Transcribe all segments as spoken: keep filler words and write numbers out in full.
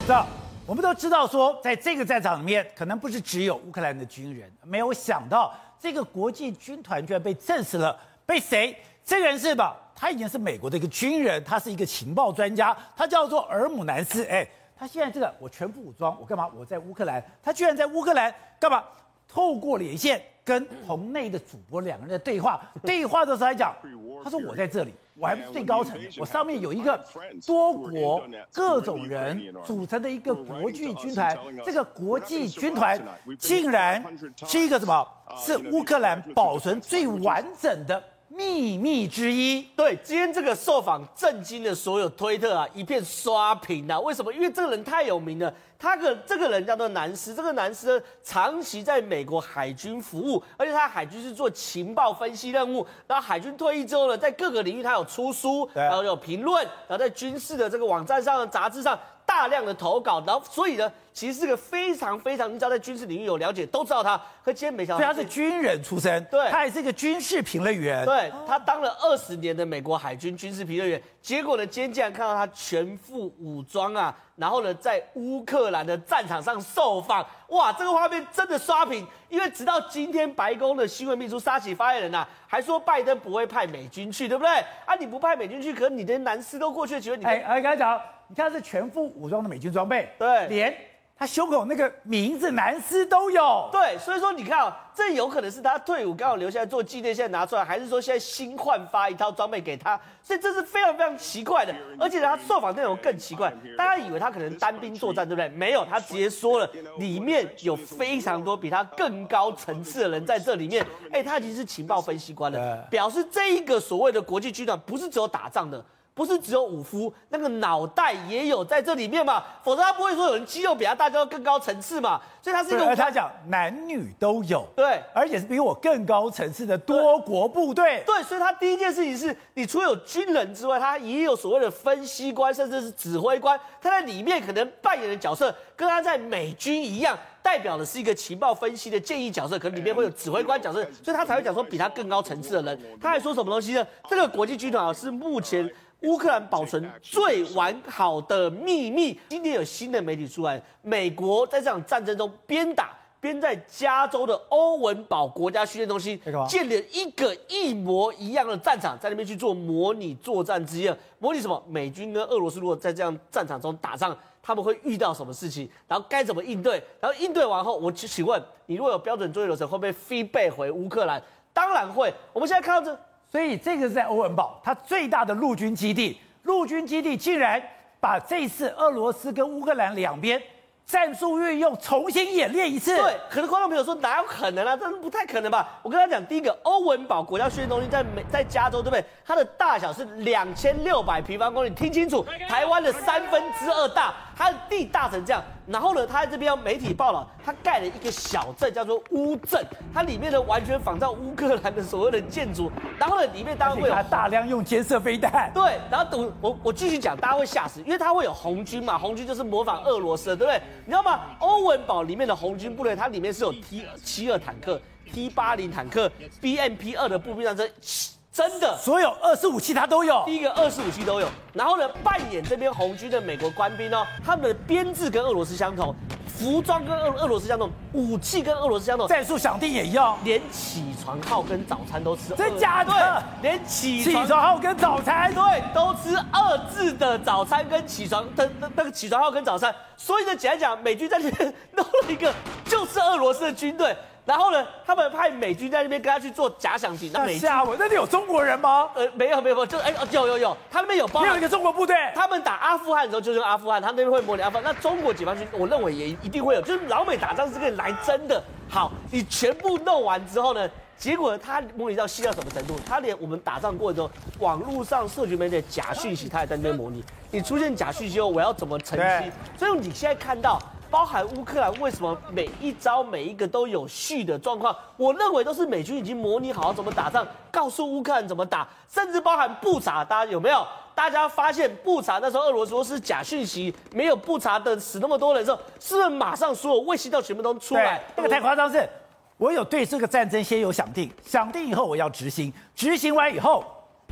这我们都知道说，在这个战场里面，可能不是只有乌克兰的军人，没有想到这个国际军团居然被证实了，被谁？这个人是吧？他已经是美国的一个军人，他是一个情报专家，他叫做尔姆南斯。哎，他现在这个我全副武装，我干嘛？我在乌克兰，他居然在乌克兰干嘛？透过连线跟棚内的主播两个人的对话，对话的时候还讲，他说我在这里，我还不是最高层，我上面有一个多国各种人组成的一个国际军团，这个国际军团竟然是一个什么？是乌克兰保存最完整的秘密之一。 对，今天这个受访震惊了所有推特啊，一片刷屏啊！为什么？因为这个人太有名了。他个这个人叫做南斯，这个南斯呢，长期在美国海军服务，而且他海军是做情报分析任务。然后海军退役之后呢，在各个领域他有出书，然后有评论，然后在军事的这个网站上、杂志上大量的投稿。然后所以呢，其实是个非常非常，你只要在军事领域有了解，都知道他。可今天没想到， 所以他是军人出身， 对， 他也是一个军事评论员， 对他当了二十年的美国海军军事评论员。结果呢，今天竟然看到他全副武装啊！然后呢，在乌克兰的战场上受访，哇，这个画面真的刷屏。因为直到今天，白宫的新闻秘书沙奇发言人啊，还说拜登不会派美军去，对不对？啊，你不派美军去，可是你的男士都过去了，请问你？ 哎，哎，刚才讲，你看是全副武装的美军装备， 对， 连他胸口那个名字南斯都有。 对，所以说你看啊、哦，这有可能是他退伍刚好留下来做纪念，现在拿出来，还是说现在新换发一套装备给他？所以这是非常非常奇怪的。而且他受访内容更奇怪，大家以为他可能单兵作战，对不对？没有，他直接说了，里面有非常多比他更高层次的人在这里面。哎，他已经是情报分析官了，表示这一个所谓的国际军团不是只有打仗的。不是只有武夫，那个脑袋也有在这里面嘛，否则他不会说有人肌肉比他大，就更高层次嘛。所以他是一个， 而他讲男女都有， 对， 而且是比我更高层次的多国部队。 对，所以他第一件事情是，你除了有军人之外，他也有所谓的分析官，甚至是指挥官。他在里面可能扮演的角色，跟他在美军一样，代表的是一个情报分析的建议角色，可能里面会有指挥官角色，所以他才会讲说比他更高层次的人。他还说什么东西呢？这个国际军团啊，是目前乌克兰保存最完好的秘密。今天有新的媒体出来，美国在这场战争中边打边在加州的欧文堡国家训练中心建了一个一模一样的战场，在那边去做模拟作战之夜。模拟什么？美军跟俄罗斯如果在这样战场中打仗，他们会遇到什么事情，然后该怎么应对？然后应对完后，我请问你，如果有标准作业流程，会不会 feedback 回乌克兰？当然会。我们现在看到这。 所以这个是在欧文堡，它最大的陆军基地，陆军基地竟然把这次俄罗斯跟乌克兰两边战术运用重新演练一次。 对，可能观众朋友说哪有可能啊？这不太可能吧？我跟他讲，第一个，欧文堡国家训练中心在美在加州，对不对？它的大小是两千六百平方公里，听清楚，台湾的三分之二大，它的地大成这样。然后呢，他在这边要媒体报道，他盖了一个小镇，叫做乌镇，它里面呢完全仿照乌克兰的所谓的建筑。然后呢，里面当然会有大量用监射飞弹。 对，然后等我我继续讲，大家会吓死，因为它会有红军嘛，红军就是模仿俄罗斯的，对不对？你知道吗？欧文堡里面的红军部队，它里面是有 T 七二坦克、T 八零坦克、B M P 二的步兵战车。真的， 所有二十五器它都有， 第一个二十五器都有。然后呢，扮演这边红军的美国官兵哦，他们的编制跟俄罗斯相同，服装跟俄俄罗斯相同，武器跟俄罗斯相同， 战术想定也一样， 连起床号跟早餐都吃。 真假的？ 对，连起起床号跟早餐， 对，都吃二字的早餐跟起床的那个起床号跟早餐。所以呢，简单讲，美军在这边弄了一个就是俄罗斯的军队。然后呢，他们派美军在那边跟他去做假想敌。那美吓我，那里有中国人吗？ 呃，没有没有，就哎有有有，他那边有包， 没有一个中国部队。 他们打阿富汗的时候就是阿富汗，他那边会模拟阿富汗。那中国解放军，我认为也一定会有，就是老美打仗是跟你来真的。好，你全部弄完之后呢，结果他模拟到细到什么程度？他连我们打仗过程中，网络上社群媒体的假讯息，他也在那边模拟。你出现假讯息后，我要怎么澄清？所以你现在看到。包含乌克兰为什么每一招每一个都有序的状况，我认为都是美军已经模拟好怎么打仗，告诉乌克兰怎么打，甚至包含布查，大家有没有？大家发现布查那时候俄罗斯说是假讯息，没有布查的死那么多人的时候，是不是马上所有卫星都全部都出来？ 那个太夸张是，我有对这个战争先有想定，想定以后我要执行，执行完以后。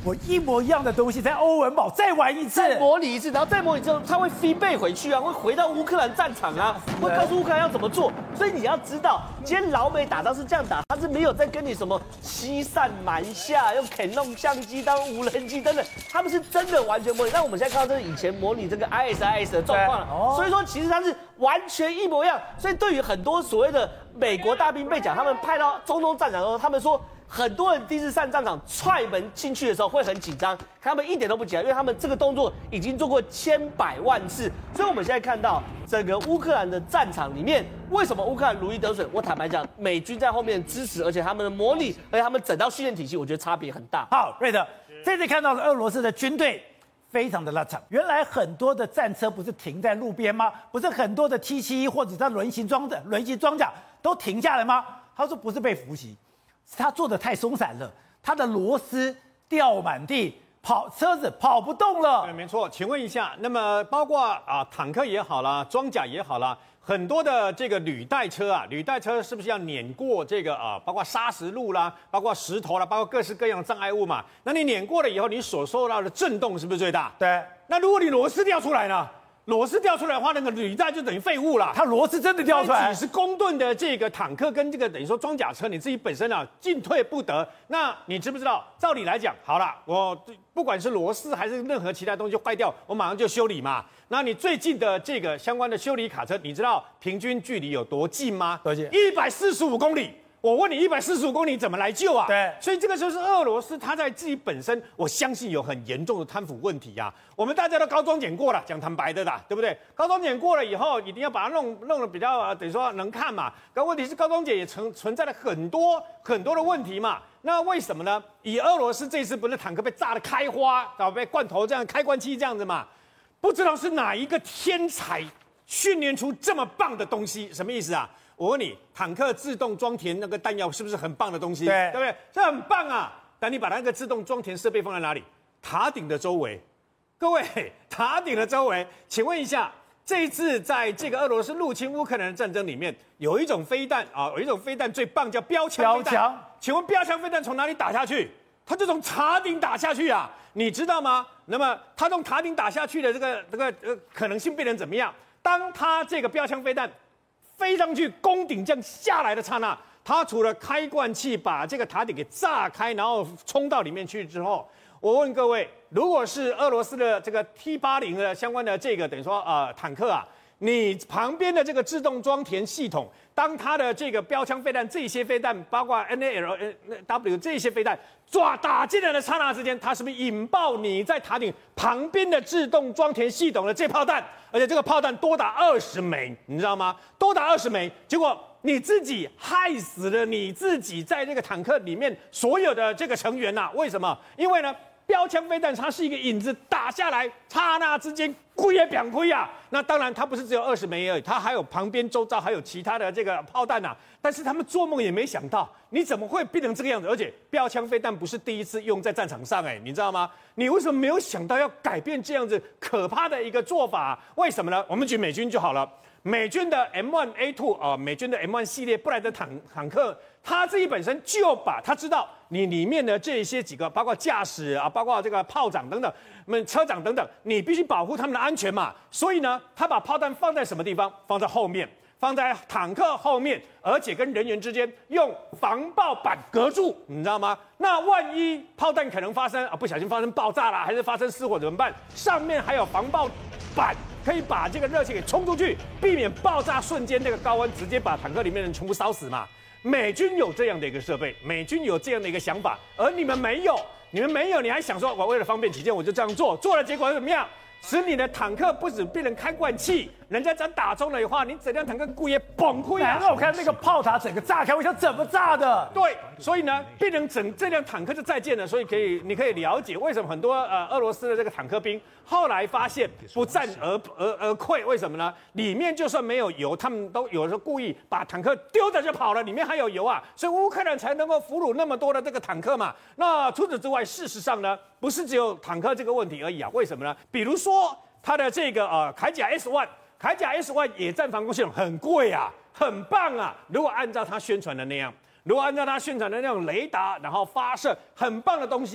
我一模一样的东西在欧文堡再玩一次， 再模拟一次，然后再模拟之后，他会飞背回去啊，会回到乌克兰战场啊，会告诉乌克兰要怎么做。所以你要知道，今天老美打仗是这样打，他是没有在跟你什么西上南下，用 Canon 相机当无人机等等，他们是真的完全模拟。但我们现在看到这是以前模拟这个 I S I S 的状况了，哦、所以说其实它是完全一模一样。所以对于很多所谓的美国大兵被讲，他们派到中东战场的时候，他们说。很多人第一次上战场踹门进去的时候会很紧张，他们一点都不紧张，因为他们这个动作已经做过千百万次。所以我们现在看到整个乌克兰的战场里面，为什么乌克兰如鱼得水？我坦白讲，美军在后面支持，而且他们的模拟，而且他们整套训练体系，我觉得差别很大。 好，瑞德，这次看到的俄罗斯的军队非常的拉长，原来很多的战车不是停在路边吗？不是很多的 T 七一或者在轮型装的轮型装甲都停下来吗？他说不是被伏击。是他做的太松散了，他的螺丝掉满地，跑车子跑不动了。 对，没错。请问一下，那么包括啊坦克也好啦，装甲也好啦，很多的这个履带车啊，履带车是不是要碾过这个啊，包括砂石路啦，包括石头啦，包括各式各样的障碍物嘛？那你碾过了以后，你所受到的震动是不是最大？ 对。 那如果你螺丝掉出来呢？螺丝掉出来的话，那个履带就等于废物了。 它螺丝真的掉出来， 几十公吨的这个坦克跟这个等于说装甲车，你自己本身啊进退不得。那你知不知道？照理来讲，好了，我不管是螺丝还是任何其他东西坏掉，我马上就修理嘛。那你最近的这个相关的修理卡车，你知道平均距离有多近吗？ 多近？ 一百四十五公里。我问你，一百四十五公里怎么来救啊？ 对， 所以这个就是俄罗斯，他在自己本身，我相信有很严重的贪腐问题呀、啊。我们大家都高装检过了，讲坦白的啦，对不对？高装检过了以后，一定要把它弄弄得比较、呃、等于说能看嘛。但问题是高装检也存存在了很多很多的问题嘛。那为什么呢？以俄罗斯这次不是坦克被炸得开花，然后被罐头这样开关器这样子嘛？不知道是哪一个天才训练出这么棒的东西，什么意思啊？我问你，坦克自动装填那个弹药是不是很棒的东西？ 对， 对不对？这很棒啊！但你把那个自动装填设备放在哪里？塔顶的周围。各位，塔顶的周围，请问一下，这一次在这个俄罗斯入侵乌克兰的战争里面，有一种飞弹啊，有一种飞弹最棒，叫标枪飞弹。 标枪？ 请问标枪飞弹从哪里打下去？它就从塔顶打下去啊！你知道吗？那么它从塔顶打下去的这个这个呃可能性变成怎么样？当它这个标枪飞弹飞上去，攻顶降下来的刹那，它除了开罐器把这个塔顶给炸开，然后冲到里面去之后，我问各位，如果是俄罗斯的这个 T 八十 的相关的这个等于说呃坦克啊，你旁边的这个自动装填系统，当它的这个标枪飞弹这些飞弹，包括 N A L W 这些飞弹抓打进来的刹那之间，它是不是引爆你在塔顶旁边的自动装填系统的这炮弹？而且这个炮弹多达二十枚，你知道吗？多达二十枚，结果你自己害死了你自己在这个坦克里面所有的这个成员呐、啊？为什么？因为呢，标枪飞弹它是一个引子打下来，刹那之间龟也扁龟啊！那当然，它不是只有二十枚而已，它还有旁边周遭还有其他的这个炮弹呐、啊。但是他们做梦也没想到，你怎么会变成这个样子？而且标枪飞弹不是第一次用在战场上、欸，哎，你知道吗？你为什么没有想到要改变这样子可怕的一个做法、啊？为什么呢？我们举美军就好了。美军的 M 一 A 二 啊，美军的 M 一 系列布莱德坦坦克，它自己本身就把它知道你里面的这些几个，包括驾驶啊，包括这个炮长等等，们车长等等，你必须保护他们的安全嘛。所以呢，他把炮弹放在什么地方？放在后面，放在坦克后面，而且跟人员之间用防爆板隔住，你知道吗？那万一炮弹可能发生啊，不小心发生爆炸啦，还是发生失火怎么办？上面还有防爆板。可以把这个热气给冲出去，避免爆炸瞬间那个高温直接把坦克里面的人全部烧死嘛。美军有这样的一个设备，美军有这样的一个想法，而你们没有，你们没有，你还想说我为了方便起见我就这样做，做了结果是怎么样？使你的坦克不止被人开罐器，人家只要打中了的话，你整辆坦克骨也崩溃啊！ 难怪我看那个炮塔整个炸开，我想怎么炸的？ 对，所以呢，变成整这辆坦克就再见了。所以可以，你可以了解为什么很多呃俄罗斯的这个坦克兵后来发现不战而而而溃，为什么呢？里面就算没有油，他们都有时候故意把坦克丢着就跑了，里面还有油啊，所以乌克兰才能够俘虏那么多的这个坦克嘛。那除此之外，事实上呢，不是只有坦克这个问题而已啊。为什么呢？比如说。它的这个呃铠甲 S 一，铠甲 S 一野战防空系统很贵啊，很棒啊。如果按照它宣传的那样，如果按照它宣传的那种雷达，然后发射很棒的东西啊，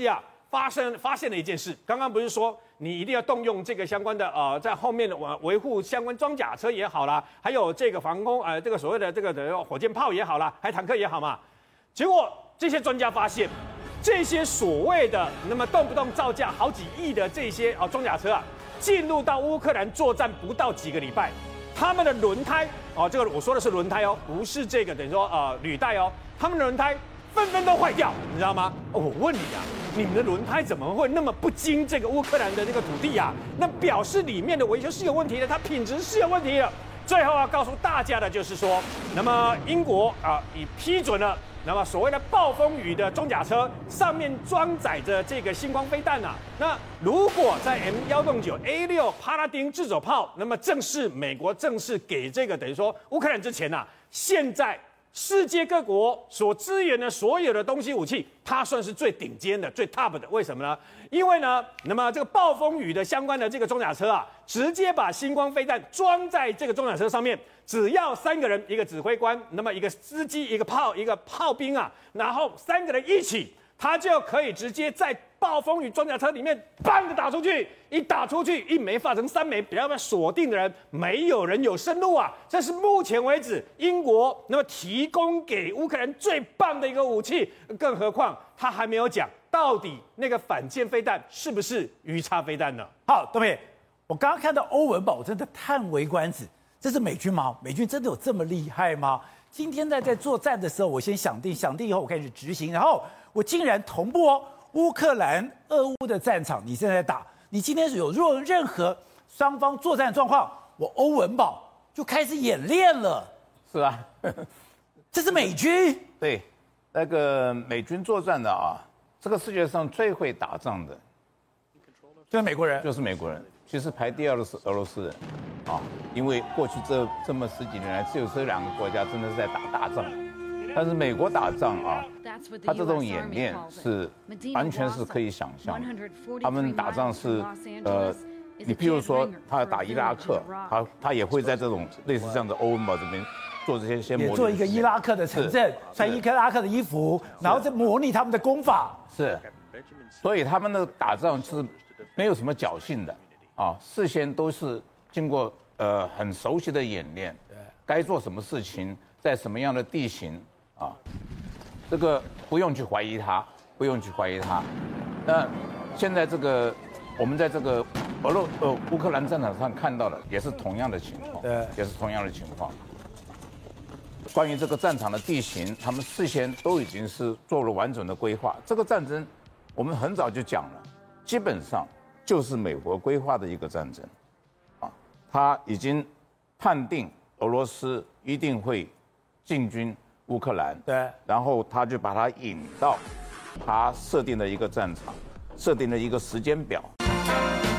发生发现了一件事，刚刚不是说你一定要动用这个相关的呃，在后面的维维护相关装甲车也好啦，还有这个防空呃这个所谓的这个的火箭炮也好啦，还坦克也好嘛。结果这些专家发现，这些所谓的那么动不动造价好几亿的这些啊、呃、装甲车啊，进入到乌克兰作战不到几个礼拜，他们的轮胎哦，这个我说的是轮胎哦，不是这个等于说呃履带哦，他们的轮胎纷纷都坏掉，你知道吗？哦，我问你啊，你们的轮胎怎么会那么不经这个乌克兰的这个土地啊？那表示里面的维修是有问题的，它品质是有问题的。最后要告诉大家的就是说，那么英国啊，已批准了，那么所谓的暴风雨的装甲车上面装载着这个星光飞弹啊。那如果在 M 一六九 A 六帕拉丁自走炮，那么正式美国正式给这个等于说乌克兰之前啊，现在。世界各国所支援的所有的东西武器，它算是最顶尖的、最 top 的。为什么呢？因为呢，那么这个暴风雨的相关的这个装甲车啊，直接把星光飞弹装在这个装甲车上面，只要三个人，一个指挥官，那么一个司机，一个炮，一个炮兵啊，然后三个人一起，他就可以直接在暴风雨装甲车里面砰的打出去，一打出去，一枚发成三枚，不要被锁定的人，没有人有生路啊！这是目前为止英国那么提供给乌克兰最棒的一个武器，更何况他还没有讲到底那个反舰飞弹是不是鱼叉飞弹呢？ 好，东北，我刚刚看到欧文堡，我真的叹为观止。这是美军吗？美军真的有这么厉害吗？今天在在作战的时候，我先想定，想定以后我开始执行，然后我竟然同步哦。乌克兰、俄乌的战场，你现在打，你今天有若任何双方作战状况，我欧文堡就开始演练了。 是啊， 这是美军。 对，那个美军作战的啊，这个世界上最会打仗的， 就是美国人， 就是美国人。其实排第二的是俄罗斯人，啊，因为过去这这么十几年来，只有这两个国家真的是在打大仗。但是美国打仗啊，他这种演练是完全是可以想象的。他们打仗是，呃，你譬如说他要打伊拉克，他他也会在这种类似这样的欧文堡这边做这些些模拟， 也做一个伊拉克的城镇，穿伊拉克的衣服，然后再模拟他们的攻法。 是，所以他们的打仗是没有什么侥幸的啊，事先都是经过呃很熟悉的演练，该做什么事情，在什么样的地形。啊，这个不用去怀疑他，不用去怀疑他。那现在这个我们在这个俄罗呃乌克兰战场上看到的也是同样的情况， 对， 也是同样的情况。关于这个战场的地形，他们事先都已经是做了完整的规划。这个战争我们很早就讲了，基本上就是美国规划的一个战争，啊，他已经判定俄罗斯一定会进军乌克兰， 对， 然后他就把它引到他设定的一个战场，设定了一个时间表。